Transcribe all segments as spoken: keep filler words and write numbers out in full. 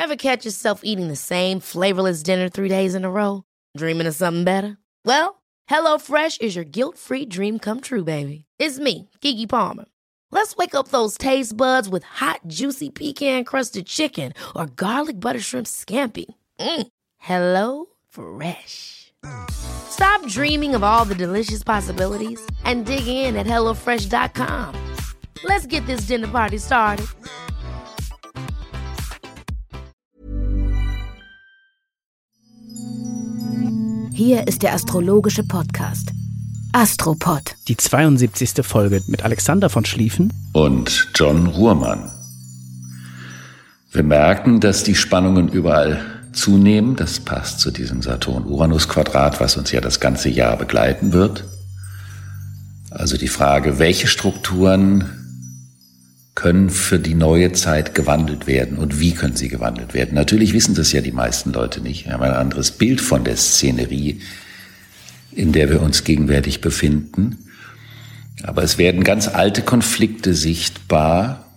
Ever catch yourself eating the same flavorless dinner three days in a row? Dreaming of something better? Well, HelloFresh is your guilt-free dream come true, baby. It's me, Keke Palmer. Let's wake up those taste buds with hot, juicy pecan-crusted chicken or garlic butter shrimp scampi. Mm. Hello Fresh. Stop dreaming of all the delicious possibilities and dig in at hello fresh dot com. Let's get this dinner party started. Hier ist der astrologische Podcast Astropod. Die zweiundsiebzigste Folge mit Alexander von Schlieffen und John Ruhrmann. Wir merken, dass die Spannungen überall zunehmen. Das passt zu diesem Saturn-Uranus-Quadrat, was uns ja das ganze Jahr begleiten wird. Also die Frage, welche Strukturen können für die neue Zeit gewandelt werden und wie können sie gewandelt werden? Natürlich wissen das ja die meisten Leute nicht. Wir haben ein anderes Bild von der Szenerie, in der wir uns gegenwärtig befinden. Aber es werden ganz alte Konflikte sichtbar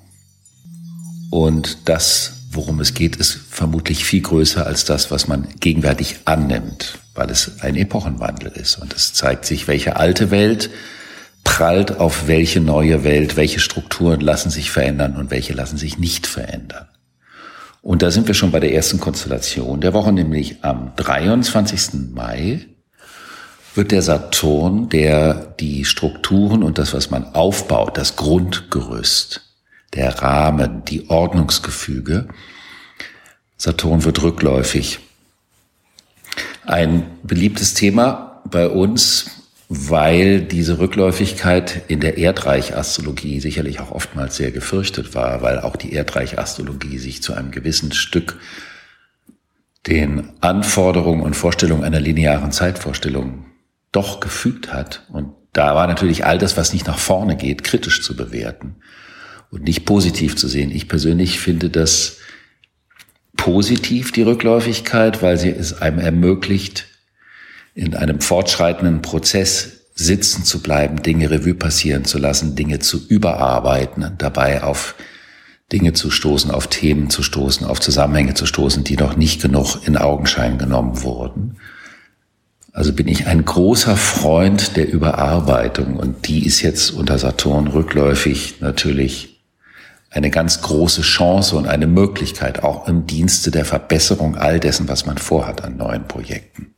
und das, worum es geht, ist vermutlich viel größer als das, was man gegenwärtig annimmt, weil es ein Epochenwandel ist. Und es zeigt sich, welche alte Welt prallt auf welche neue Welt, welche Strukturen lassen sich verändern und welche lassen sich nicht verändern. Und da sind wir schon bei der ersten Konstellation der Woche, nämlich am dreiundzwanzigsten Mai wird der Saturn, der die Strukturen und das, was man aufbaut, das Grundgerüst, der Rahmen, die Ordnungsgefüge, Saturn wird rückläufig. Ein beliebtes Thema bei uns, weil diese Rückläufigkeit in der Erdreichastrologie sicherlich auch oftmals sehr gefürchtet war, weil auch die Erdreichastrologie sich zu einem gewissen Stück den Anforderungen und Vorstellungen einer linearen Zeitvorstellung doch gefügt hat. Und da war natürlich all das, was nicht nach vorne geht, kritisch zu bewerten und nicht positiv zu sehen. Ich persönlich finde das positiv, die Rückläufigkeit, weil sie es einem ermöglicht, in einem fortschreitenden Prozess sitzen zu bleiben, Dinge Revue passieren zu lassen, Dinge zu überarbeiten, dabei auf Dinge zu stoßen, auf Themen zu stoßen, auf Zusammenhänge zu stoßen, die noch nicht genug in Augenschein genommen wurden. Also bin ich ein großer Freund der Überarbeitung und die ist jetzt unter Saturn rückläufig natürlich eine ganz große Chance und eine Möglichkeit, auch im Dienste der Verbesserung all dessen, was man vorhat an neuen Projekten.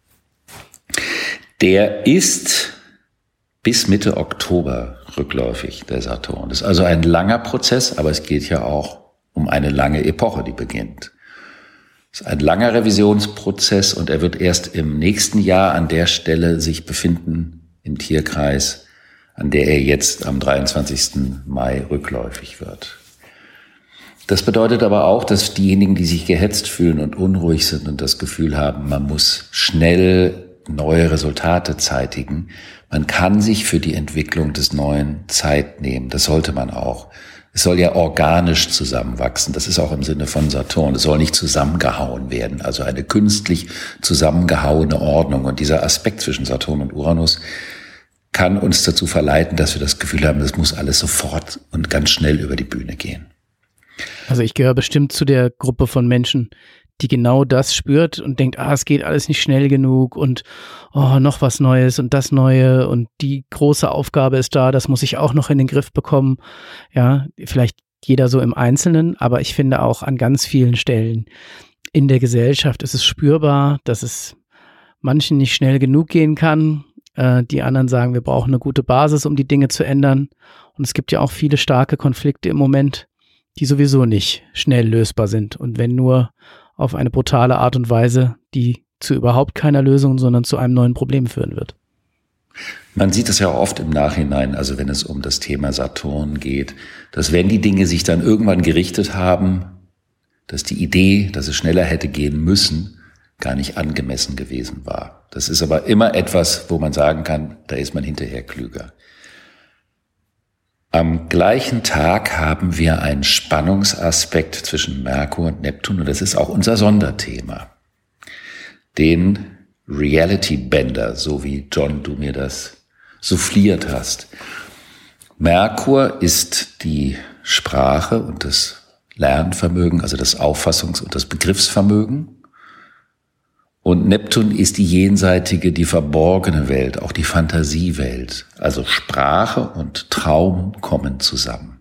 Der ist bis Mitte Oktober rückläufig, der Saturn. Das ist also ein langer Prozess, aber es geht ja auch um eine lange Epoche, die beginnt. Es ist ein langer Revisionsprozess und er wird erst im nächsten Jahr an der Stelle sich befinden, im Tierkreis, an der er jetzt am dreiundzwanzigsten Mai rückläufig wird. Das bedeutet aber auch, dass diejenigen, die sich gehetzt fühlen und unruhig sind und das Gefühl haben, man muss schnell neue Resultate zeitigen. Man kann sich für die Entwicklung des Neuen Zeit nehmen. Das sollte man auch. Es soll ja organisch zusammenwachsen. Das ist auch im Sinne von Saturn. Es soll nicht zusammengehauen werden. Also eine künstlich zusammengehauene Ordnung. Und dieser Aspekt zwischen Saturn und Uranus kann uns dazu verleiten, dass wir das Gefühl haben, das muss alles sofort und ganz schnell über die Bühne gehen. Also ich gehöre bestimmt zu der Gruppe von Menschen, die genau das spürt und denkt, ah, es geht alles nicht schnell genug und oh, noch was Neues und das Neue und die große Aufgabe ist da, das muss ich auch noch in den Griff bekommen. Ja, vielleicht jeder so im Einzelnen, aber ich finde auch an ganz vielen Stellen in der Gesellschaft ist es spürbar, dass es manchen nicht schnell genug gehen kann. Äh, die anderen sagen, wir brauchen eine gute Basis, um die Dinge zu ändern. Und es gibt ja auch viele starke Konflikte im Moment, die sowieso nicht schnell lösbar sind. Und wenn nur auf eine brutale Art und Weise, die zu überhaupt keiner Lösung, sondern zu einem neuen Problem führen wird. Man sieht es ja auch oft im Nachhinein, also wenn es um das Thema Saturn geht, dass wenn die Dinge sich dann irgendwann gerichtet haben, dass die Idee, dass es schneller hätte gehen müssen, gar nicht angemessen gewesen war. Das ist aber immer etwas, wo man sagen kann, da ist man hinterher klüger. Am gleichen Tag haben wir einen Spannungsaspekt zwischen Merkur und Neptun und das ist auch unser Sonderthema. Den Reality Bender, so wie John, du mir das souffliert hast. Merkur ist die Sprache und das Lernvermögen, also das Auffassungs- und das Begriffsvermögen. Und Neptun ist die jenseitige, die verborgene Welt, auch die Fantasiewelt. Also Sprache und Traum kommen zusammen.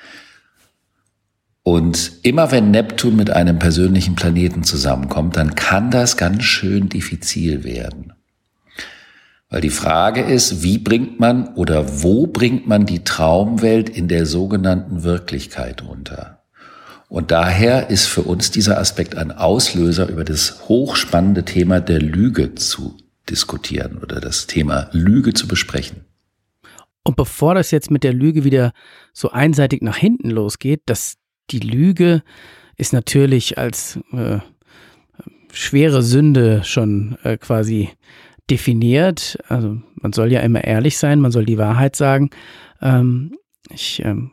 Und immer wenn Neptun mit einem persönlichen Planeten zusammenkommt, dann kann das ganz schön diffizil werden. Weil die Frage ist, wie bringt man oder wo bringt man die Traumwelt in der sogenannten Wirklichkeit unter? Und daher ist für uns dieser Aspekt ein Auslöser, über das hochspannende Thema der Lüge zu diskutieren oder das Thema Lüge zu besprechen. Und bevor das jetzt mit der Lüge wieder so einseitig nach hinten losgeht, dass die Lüge ist natürlich als äh, schwere Sünde schon äh, quasi definiert. Also man soll ja immer ehrlich sein, man soll die Wahrheit sagen. Ähm, ich ähm,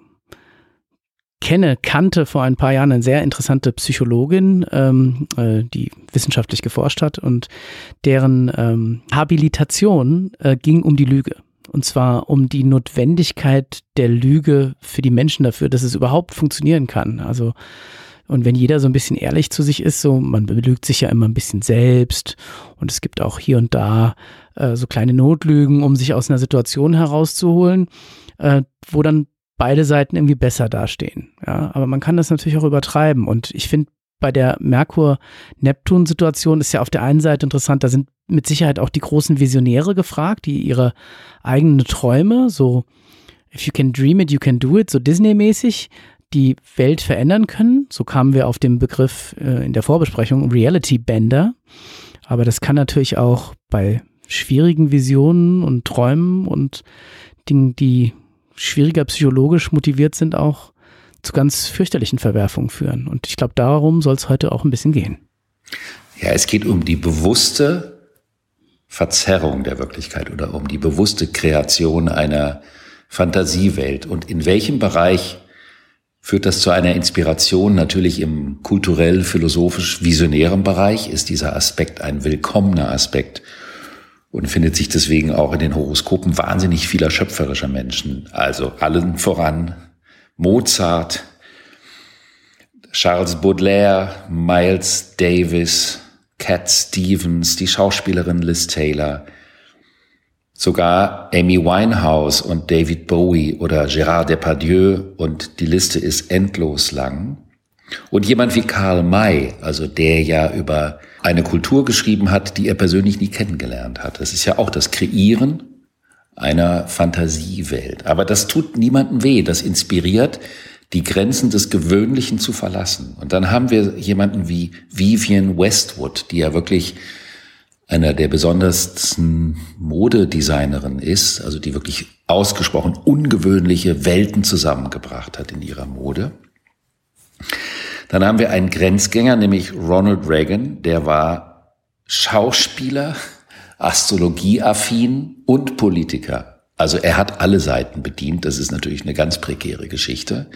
kenne, kannte vor ein paar Jahren eine sehr interessante Psychologin, ähm, äh, die wissenschaftlich geforscht hat und deren ähm, Habilitation äh, ging um die Lüge. Und zwar um die Notwendigkeit der Lüge für die Menschen dafür, dass es überhaupt funktionieren kann. Also, und wenn jeder so ein bisschen ehrlich zu sich ist, so, man belügt sich ja immer ein bisschen selbst und es gibt auch hier und da äh, so kleine Notlügen, um sich aus einer Situation herauszuholen, äh, wo dann beide Seiten irgendwie besser dastehen. Ja, aber man kann das natürlich auch übertreiben. Und ich finde, bei der Merkur-Neptun-Situation ist ja auf der einen Seite interessant, da sind mit Sicherheit auch die großen Visionäre gefragt, die ihre eigenen Träume, so if you can dream it, you can do it, so Disney-mäßig, die Welt verändern können. So kamen wir auf den Begriff äh, in der Vorbesprechung Reality-Bender. Aber das kann natürlich auch bei schwierigen Visionen und Träumen und Dingen, die schwieriger psychologisch motiviert sind, auch zu ganz fürchterlichen Verwerfungen führen. Und ich glaube, darum soll es heute auch ein bisschen gehen. Ja, es geht um die bewusste Verzerrung der Wirklichkeit oder um die bewusste Kreation einer Fantasiewelt. Und in welchem Bereich führt das zu einer Inspiration? Natürlich im kulturell, philosophisch, visionären Bereich ist dieser Aspekt ein willkommener Aspekt und findet sich deswegen auch in den Horoskopen wahnsinnig vieler schöpferischer Menschen. Also allen voran Mozart, Charles Baudelaire, Miles Davis, Cat Stevens, die Schauspielerin Liz Taylor, sogar Amy Winehouse und David Bowie oder Gérard Depardieu, und die Liste ist endlos lang. Und jemand wie Karl May, also der ja über eine Kultur geschrieben hat, die er persönlich nie kennengelernt hat. Das ist ja auch das Kreieren einer Fantasiewelt. Aber das tut niemandem weh, das inspiriert, die Grenzen des Gewöhnlichen zu verlassen. Und dann haben wir jemanden wie Vivienne Westwood, die ja wirklich einer der besondersten Modedesignerinnen ist, also die wirklich ausgesprochen ungewöhnliche Welten zusammengebracht hat in ihrer Mode. Dann haben wir einen Grenzgänger, nämlich Ronald Reagan, der war Schauspieler, astrologieaffin und Politiker. Also er hat alle Seiten bedient, das ist natürlich eine ganz prekäre Geschichte.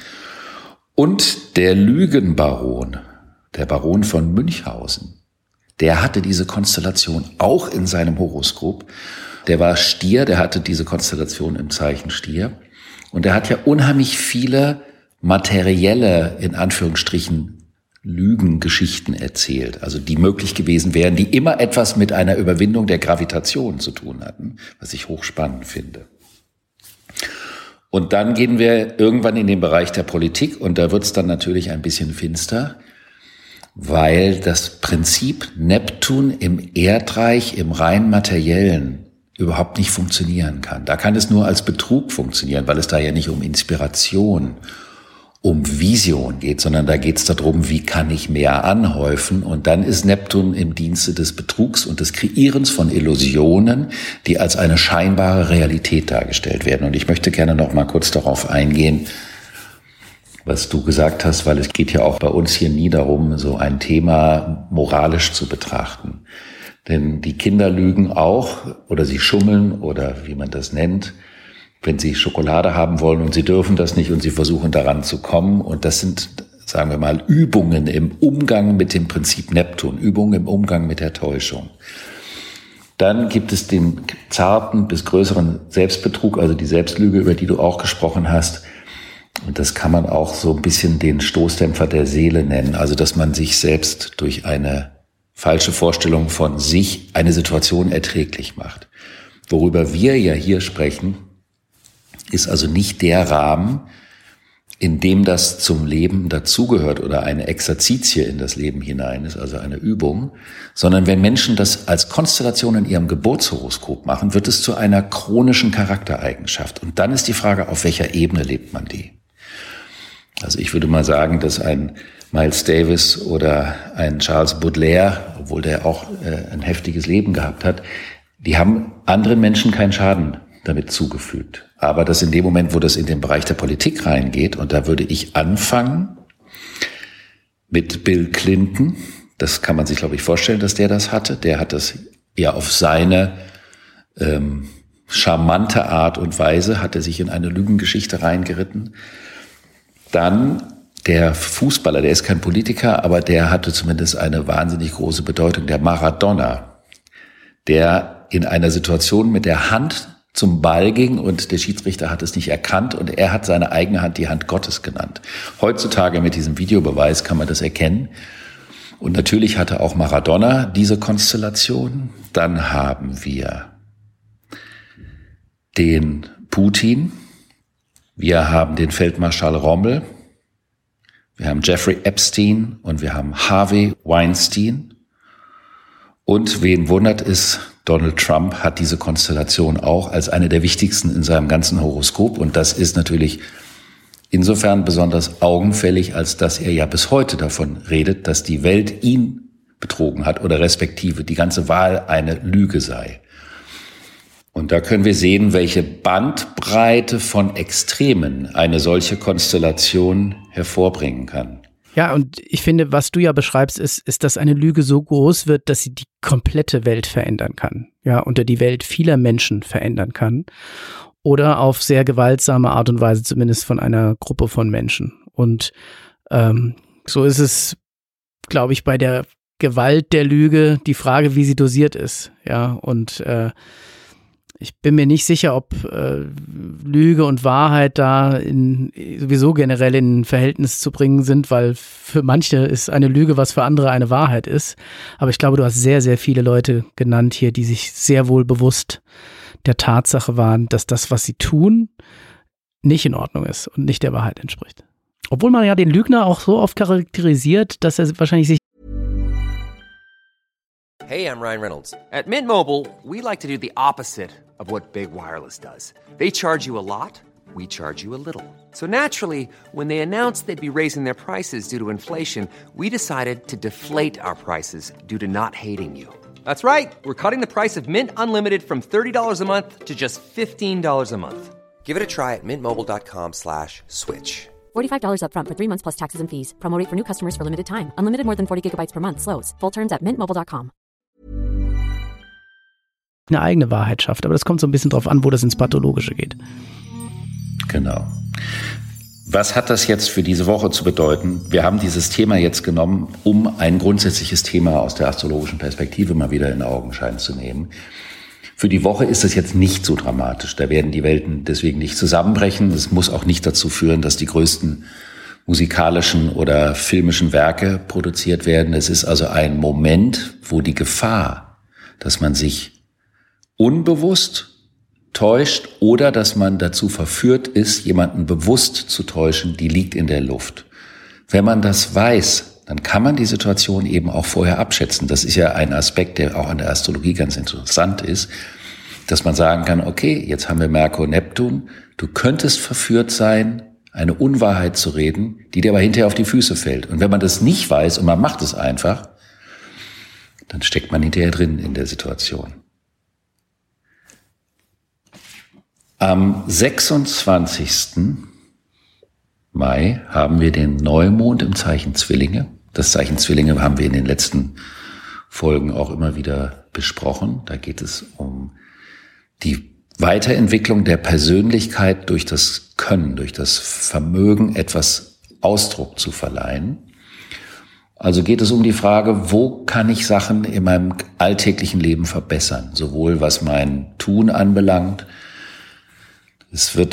Und der Lügenbaron, der Baron von Münchhausen, der hatte diese Konstellation auch in seinem Horoskop. Der war Stier, der hatte diese Konstellation im Zeichen Stier. Und er hat ja unheimlich viele materielle, in Anführungsstrichen, Lügengeschichten erzählt, also die möglich gewesen wären, die immer etwas mit einer Überwindung der Gravitation zu tun hatten, was ich hochspannend finde. Und dann gehen wir irgendwann in den Bereich der Politik und da wird es dann natürlich ein bisschen finster, weil das Prinzip Neptun im Erdreich, im rein materiellen, überhaupt nicht funktionieren kann. Da kann es nur als Betrug funktionieren, weil es da ja nicht um Inspiration, um Vision geht, sondern da geht es darum, wie kann ich mehr anhäufen, und dann ist Neptun im Dienste des Betrugs und des Kreierens von Illusionen, die als eine scheinbare Realität dargestellt werden. Und ich möchte gerne noch mal kurz darauf eingehen, was du gesagt hast, weil es geht ja auch bei uns hier nie darum, so ein Thema moralisch zu betrachten. Denn die Kinder lügen auch oder sie schummeln oder wie man das nennt, wenn sie Schokolade haben wollen und sie dürfen das nicht und sie versuchen daran zu kommen. Und das sind, sagen wir mal, Übungen im Umgang mit dem Prinzip Neptun, Übungen im Umgang mit der Täuschung. Dann gibt es den zarten bis größeren Selbstbetrug, also die Selbstlüge, über die du auch gesprochen hast. Und das kann man auch so ein bisschen den Stoßdämpfer der Seele nennen. Also, dass man sich selbst durch eine falsche Vorstellung von sich eine Situation erträglich macht. Worüber wir ja hier sprechen, ist also nicht der Rahmen, in dem das zum Leben dazugehört oder eine Exerzitie in das Leben hinein ist, also eine Übung, sondern wenn Menschen das als Konstellation in ihrem Geburtshoroskop machen, wird es zu einer chronischen Charaktereigenschaft. Und dann ist die Frage, auf welcher Ebene lebt man die? Also ich würde mal sagen, dass ein Miles Davis oder ein Charles Baudelaire, obwohl der auch äh, ein heftiges Leben gehabt hat, die haben anderen Menschen keinen Schaden damit zugefügt. Aber das in dem Moment, wo das in den Bereich der Politik reingeht, und da würde ich anfangen mit Bill Clinton, das kann man sich, glaube ich, vorstellen, dass der das hatte. Der hat das ja auf seine ähm, charmante Art und Weise, hat er sich in eine Lügengeschichte reingeritten. Dann der Fußballer, der ist kein Politiker, aber der hatte zumindest eine wahnsinnig große Bedeutung, der Maradona, der in einer Situation mit der Hand zum Ball ging und der Schiedsrichter hat es nicht erkannt und er hat seine eigene Hand die Hand Gottes genannt. Heutzutage mit diesem Videobeweis kann man das erkennen. Und natürlich hatte auch Maradona diese Konstellation. Dann haben wir den Putin. Wir haben den Feldmarschall Rommel. Wir haben Jeffrey Epstein und wir haben Harvey Weinstein. Und wen wundert es, Donald Trump hat diese Konstellation auch als eine der wichtigsten in seinem ganzen Horoskop. Und das ist natürlich insofern besonders augenfällig, als dass er ja bis heute davon redet, dass die Welt ihn betrogen hat oder respektive die ganze Wahl eine Lüge sei. Und da können wir sehen, welche Bandbreite von Extremen eine solche Konstellation hervorbringen kann. Ja, und ich finde, was du ja beschreibst, ist, ist, dass eine Lüge so groß wird, dass sie die komplette Welt verändern kann. Ja, oder die Welt vieler Menschen verändern kann. Oder auf sehr gewaltsame Art und Weise, zumindest von einer Gruppe von Menschen. Und ähm, so ist es, glaube ich, bei der Gewalt der Lüge die Frage, wie sie dosiert ist. Ja, und äh, ich bin mir nicht sicher, ob äh, Lüge und Wahrheit da in, sowieso generell in ein Verhältnis zu bringen sind, weil für manche ist eine Lüge, was für andere eine Wahrheit ist. Aber ich glaube, du hast sehr, sehr viele Leute genannt hier, die sich sehr wohl bewusst der Tatsache waren, dass das, was sie tun, nicht in Ordnung ist und nicht der Wahrheit entspricht. Obwohl man ja den Lügner auch so oft charakterisiert, dass er wahrscheinlich sich Hey, I'm Ryan Reynolds. At Mint Mobile, we like to do the opposite of what Big Wireless does. They charge you a lot, we charge you a little. So naturally, when they announced they'd be raising their prices due to inflation, we decided to deflate our prices due to not hating you. That's right. We're cutting the price of Mint Unlimited from thirty dollars a month to just fifteen dollars a month. Give it a try at mintmobile.com slash switch. forty-five dollars up front for three months plus taxes and fees. Promo rate for new customers for limited time. Unlimited more than forty gigabytes per month slows. Full terms at mint mobile dot com. eine eigene Wahrheit schafft. Aber das kommt so ein bisschen drauf an, wo das ins Pathologische geht. Genau. Was hat das jetzt für diese Woche zu bedeuten? Wir haben dieses Thema jetzt genommen, um ein grundsätzliches Thema aus der astrologischen Perspektive mal wieder in Augenschein zu nehmen. Für die Woche ist es jetzt nicht so dramatisch. Da werden die Welten deswegen nicht zusammenbrechen. Es muss auch nicht dazu führen, dass die größten musikalischen oder filmischen Werke produziert werden. Es ist also ein Moment, wo die Gefahr, dass man sich unbewusst täuscht oder dass man dazu verführt ist, jemanden bewusst zu täuschen, die liegt in der Luft. Wenn man das weiß, dann kann man die Situation eben auch vorher abschätzen. Das ist ja ein Aspekt, der auch an der Astrologie ganz interessant ist, dass man sagen kann, okay, jetzt haben wir Merkur, Neptun, du könntest verführt sein, eine Unwahrheit zu reden, die dir aber hinterher auf die Füße fällt. Und wenn man das nicht weiß und man macht es einfach, dann steckt man hinterher drin in der Situation. Am sechsundzwanzigsten Mai haben wir den Neumond im Zeichen Zwillinge. Das Zeichen Zwillinge haben wir in den letzten Folgen auch immer wieder besprochen. Da geht es um die Weiterentwicklung der Persönlichkeit durch das Können, durch das Vermögen, etwas Ausdruck zu verleihen. Also geht es um die Frage, wo kann ich Sachen in meinem alltäglichen Leben verbessern? Sowohl was mein Tun anbelangt. Es wird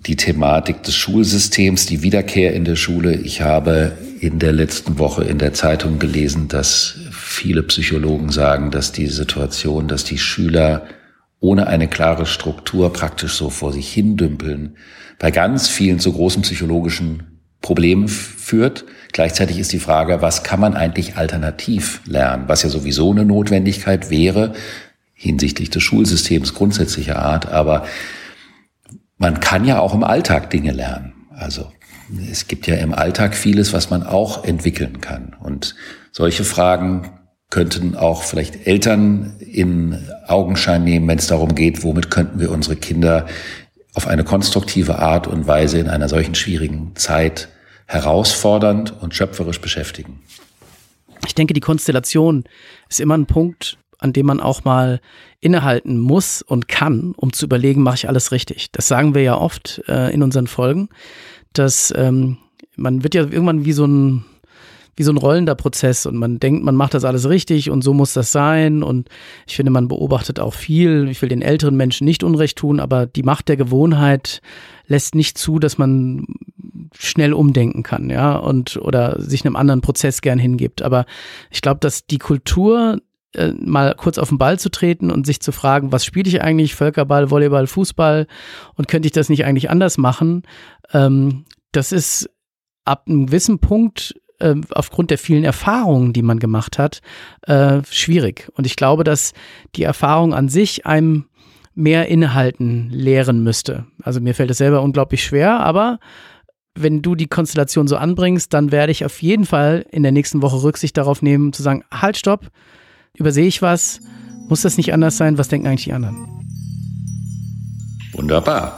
die Thematik des Schulsystems, die Wiederkehr in der Schule. Ich habe in der letzten Woche in der Zeitung gelesen, dass viele Psychologen sagen, dass die Situation, dass die Schüler ohne eine klare Struktur praktisch so vor sich hin dümpeln, bei ganz vielen zu großen psychologischen Problemen führt. Gleichzeitig ist die Frage, was kann man eigentlich alternativ lernen, was ja sowieso eine Notwendigkeit wäre, hinsichtlich des Schulsystems grundsätzlicher Art, aber man kann ja auch im Alltag Dinge lernen. Also es gibt ja im Alltag vieles, was man auch entwickeln kann. Und solche Fragen könnten auch vielleicht Eltern in Augenschein nehmen, wenn es darum geht, womit könnten wir unsere Kinder auf eine konstruktive Art und Weise in einer solchen schwierigen Zeit herausfordernd und schöpferisch beschäftigen. Ich denke, die Konstellation ist immer ein Punkt, an dem man auch mal innehalten muss und kann, um zu überlegen, mache ich alles richtig. Das sagen wir ja oft äh, in unseren Folgen, dass ähm, man wird ja irgendwann wie so ein wie so ein rollender Prozess und man denkt, man macht das alles richtig und so muss das sein und ich finde, man beobachtet auch viel. Ich will den älteren Menschen nicht Unrecht tun, aber die Macht der Gewohnheit lässt nicht zu, dass man schnell umdenken kann, ja, und oder sich einem anderen Prozess gern hingibt. Aber ich glaube, dass die Kultur mal kurz auf den Ball zu treten und sich zu fragen, was spiele ich eigentlich, Völkerball, Volleyball, Fußball und könnte ich das nicht eigentlich anders machen, ähm, das ist ab einem gewissen Punkt äh, aufgrund der vielen Erfahrungen, die man gemacht hat, äh, schwierig. Und ich glaube, dass die Erfahrung an sich einem mehr Innehalten lehren müsste. Also mir fällt es selber unglaublich schwer, aber wenn du die Konstellation so anbringst, dann werde ich auf jeden Fall in der nächsten Woche Rücksicht darauf nehmen, zu sagen, halt, stopp, übersehe ich was? Muss das nicht anders sein? Was denken eigentlich die anderen? Wunderbar.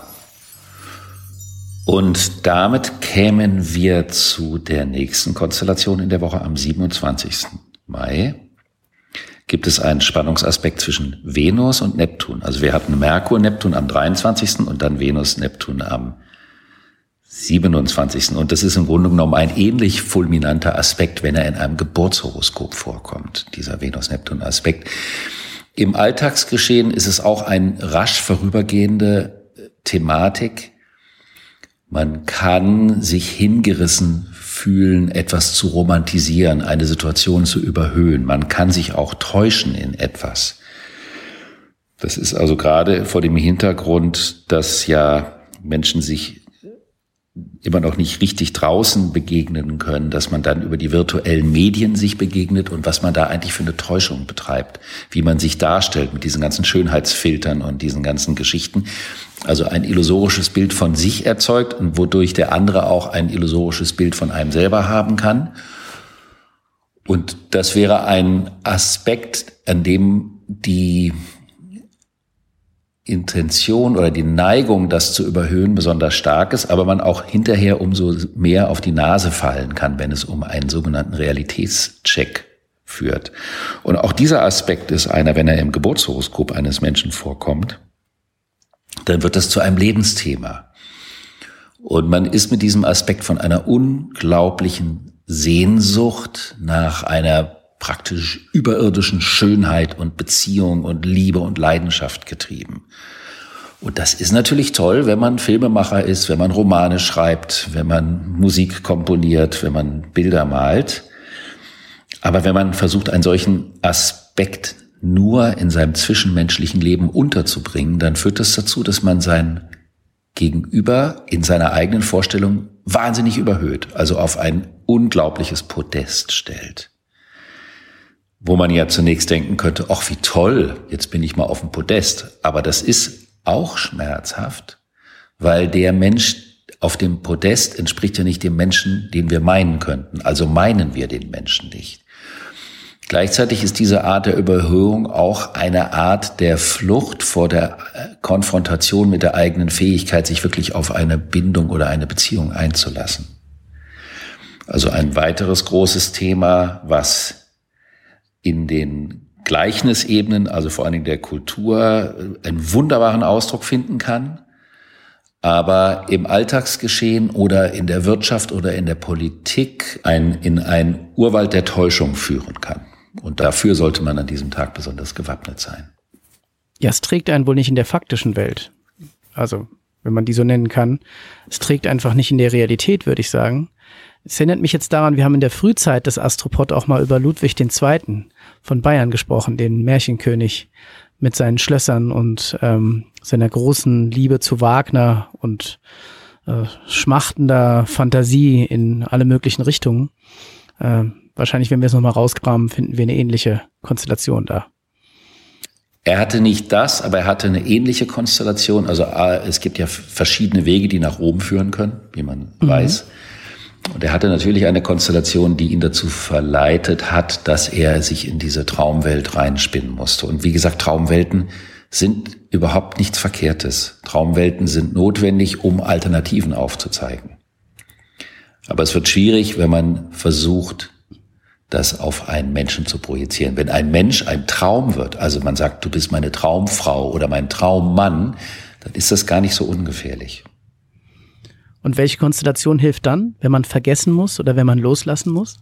Und damit kämen wir zu der nächsten Konstellation in der Woche am siebenundzwanzigsten Mai. Gibt es einen Spannungsaspekt zwischen Venus und Neptun. Also wir hatten Merkur, Neptun am dreiundzwanzigsten und dann Venus, Neptun am siebenundzwanzigsten Und das ist im Grunde genommen ein ähnlich fulminanter Aspekt, wenn er in einem Geburtshoroskop vorkommt, dieser Venus-Neptun-Aspekt. Im Alltagsgeschehen ist es auch eine rasch vorübergehende Thematik. Man kann sich hingerissen fühlen, etwas zu romantisieren, eine Situation zu überhöhen. Man kann sich auch täuschen in etwas. Das ist also gerade vor dem Hintergrund, dass ja Menschen sich immer noch nicht richtig draußen begegnen können, dass man dann über die virtuellen Medien sich begegnet und was man da eigentlich für eine Täuschung betreibt, wie man sich darstellt mit diesen ganzen Schönheitsfiltern und diesen ganzen Geschichten. Also ein illusorisches Bild von sich erzeugt und wodurch der andere auch ein illusorisches Bild von einem selber haben kann. Und das wäre ein Aspekt, an dem die Intention oder die Neigung, das zu überhöhen, besonders stark ist, aber man auch hinterher umso mehr auf die Nase fallen kann, wenn es um einen sogenannten Realitätscheck führt. Und auch dieser Aspekt ist einer, wenn er im Geburtshoroskop eines Menschen vorkommt, dann wird das zu einem Lebensthema. Und man ist mit diesem Aspekt von einer unglaublichen Sehnsucht nach einer praktisch überirdischen Schönheit und Beziehung und Liebe und Leidenschaft getrieben. Und das ist natürlich toll, wenn man Filmemacher ist, wenn man Romane schreibt, wenn man Musik komponiert, wenn man Bilder malt. Aber wenn man versucht, einen solchen Aspekt nur in seinem zwischenmenschlichen Leben unterzubringen, dann führt das dazu, dass man sein Gegenüber in seiner eigenen Vorstellung wahnsinnig überhöht, also auf ein unglaubliches Podest stellt. Wo man ja zunächst denken könnte, ach wie toll, jetzt bin ich mal auf dem Podest. Aber das ist auch schmerzhaft, weil der Mensch auf dem Podest entspricht ja nicht dem Menschen, den wir meinen könnten. Also meinen wir den Menschen nicht. Gleichzeitig ist diese Art der Überhöhung auch eine Art der Flucht vor der Konfrontation mit der eigenen Fähigkeit, sich wirklich auf eine Bindung oder eine Beziehung einzulassen. Also ein weiteres großes Thema, was in den Gleichnisebenen, also vor allen Dingen der Kultur, einen wunderbaren Ausdruck finden kann, aber im Alltagsgeschehen oder in der Wirtschaft oder in der Politik ein, in einen Urwald der Täuschung führen kann. Und dafür sollte man an diesem Tag besonders gewappnet sein. Ja, es trägt einen wohl nicht in der faktischen Welt. Also wenn man die so nennen kann. Es trägt einfach nicht in der Realität, würde ich sagen. Es erinnert mich jetzt daran, wir haben in der Frühzeit des Astropod auch mal über Ludwig der Zweite. von Bayern gesprochen, den Märchenkönig mit seinen Schlössern und ähm, seiner großen Liebe zu Wagner und äh, schmachtender Fantasie in alle möglichen Richtungen. Äh, wahrscheinlich, wenn wir es nochmal rauskramen, finden wir eine ähnliche Konstellation da. Er hatte nicht das, aber er hatte eine ähnliche Konstellation. Also es gibt ja verschiedene Wege, die nach Rom führen können, wie man mhm. weiß. Und er hatte natürlich eine Konstellation, die ihn dazu verleitet hat, dass er sich in diese Traumwelt reinspinnen musste. Und wie gesagt, Traumwelten sind überhaupt nichts Verkehrtes. Traumwelten sind notwendig, um Alternativen aufzuzeigen. Aber es wird schwierig, wenn man versucht, das auf einen Menschen zu projizieren. Wenn ein Mensch ein Traum wird, also man sagt, du bist meine Traumfrau oder mein Traummann, dann ist das gar nicht so ungefährlich. Und welche Konstellation hilft dann, wenn man vergessen muss oder wenn man loslassen muss?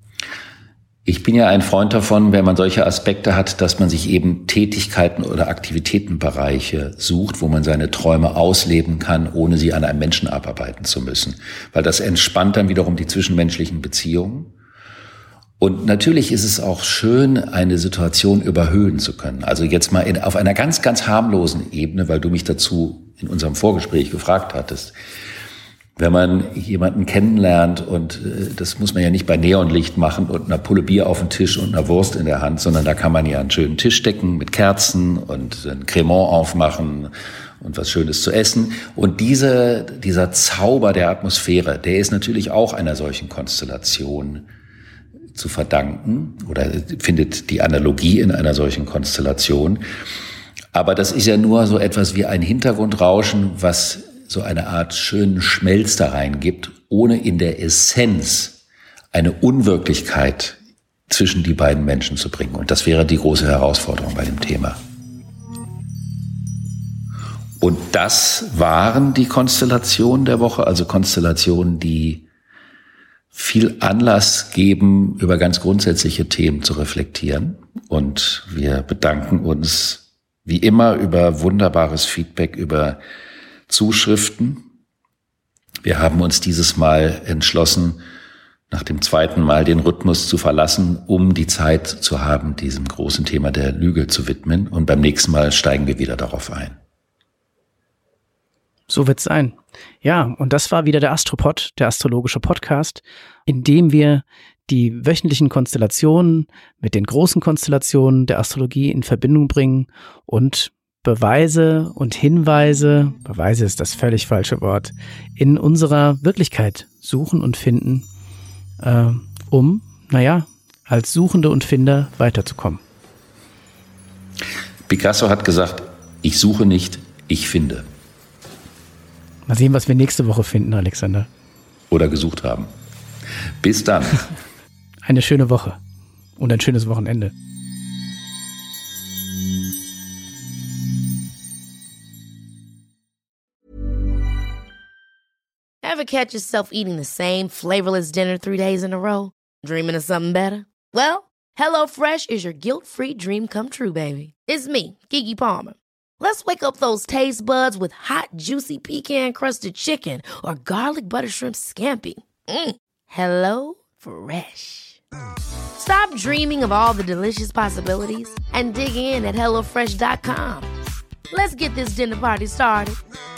Ich bin ja ein Freund davon, wenn man solche Aspekte hat, dass man sich eben Tätigkeiten oder Aktivitätenbereiche sucht, wo man seine Träume ausleben kann, ohne sie an einem Menschen abarbeiten zu müssen. Weil das entspannt dann wiederum die zwischenmenschlichen Beziehungen. Und natürlich ist es auch schön, eine Situation überhöhen zu können. Also jetzt mal in, auf einer ganz, ganz harmlosen Ebene, weil du mich dazu in unserem Vorgespräch gefragt hattest. Wenn man jemanden kennenlernt, und äh, das muss man ja nicht bei Neonlicht machen und einer Pulle Bier auf dem Tisch und einer Wurst in der Hand, sondern da kann man ja einen schönen Tisch decken mit Kerzen und ein Cremant aufmachen und was Schönes zu essen. Und diese, dieser Zauber der Atmosphäre, der ist natürlich auch einer solchen Konstellation zu verdanken oder findet die Analogie in einer solchen Konstellation. Aber das ist ja nur so etwas wie ein Hintergrundrauschen, was so eine Art schönen Schmelz da reingibt, ohne in der Essenz eine Unwirklichkeit zwischen die beiden Menschen zu bringen. Und das wäre die große Herausforderung bei dem Thema. Und das waren die Konstellationen der Woche, also Konstellationen, die viel Anlass geben, über ganz grundsätzliche Themen zu reflektieren. Und wir bedanken uns wie immer über wunderbares Feedback, über Zuschriften. Wir haben uns dieses Mal entschlossen, nach dem zweiten Mal den Rhythmus zu verlassen, um die Zeit zu haben, diesem großen Thema der Lüge zu widmen. Und beim nächsten Mal steigen wir wieder darauf ein. So wird's sein. Ja, und das war wieder der Astropod, der astrologische Podcast, in dem wir die wöchentlichen Konstellationen mit den großen Konstellationen der Astrologie in Verbindung bringen und Beweise und Hinweise, Beweise ist das völlig falsche Wort, in unserer Wirklichkeit suchen und finden, äh, um, naja, als Suchende und Finder weiterzukommen. Picasso hat gesagt, ich suche nicht, ich finde. Mal sehen, was wir nächste Woche finden, Alexander. Oder gesucht haben. Bis dann. Eine schöne Woche und ein schönes Wochenende. Ever catch yourself eating the same flavorless dinner three days in a row? Dreaming of something better? Well, HelloFresh is your guilt-free dream come true, baby. It's me, Keke Palmer. Let's wake up those taste buds with hot, juicy pecan-crusted chicken or garlic butter shrimp scampi. Mm. Hello Fresh. Stop dreaming of all the delicious possibilities and dig in at hello fresh dot com. Let's get this dinner party started.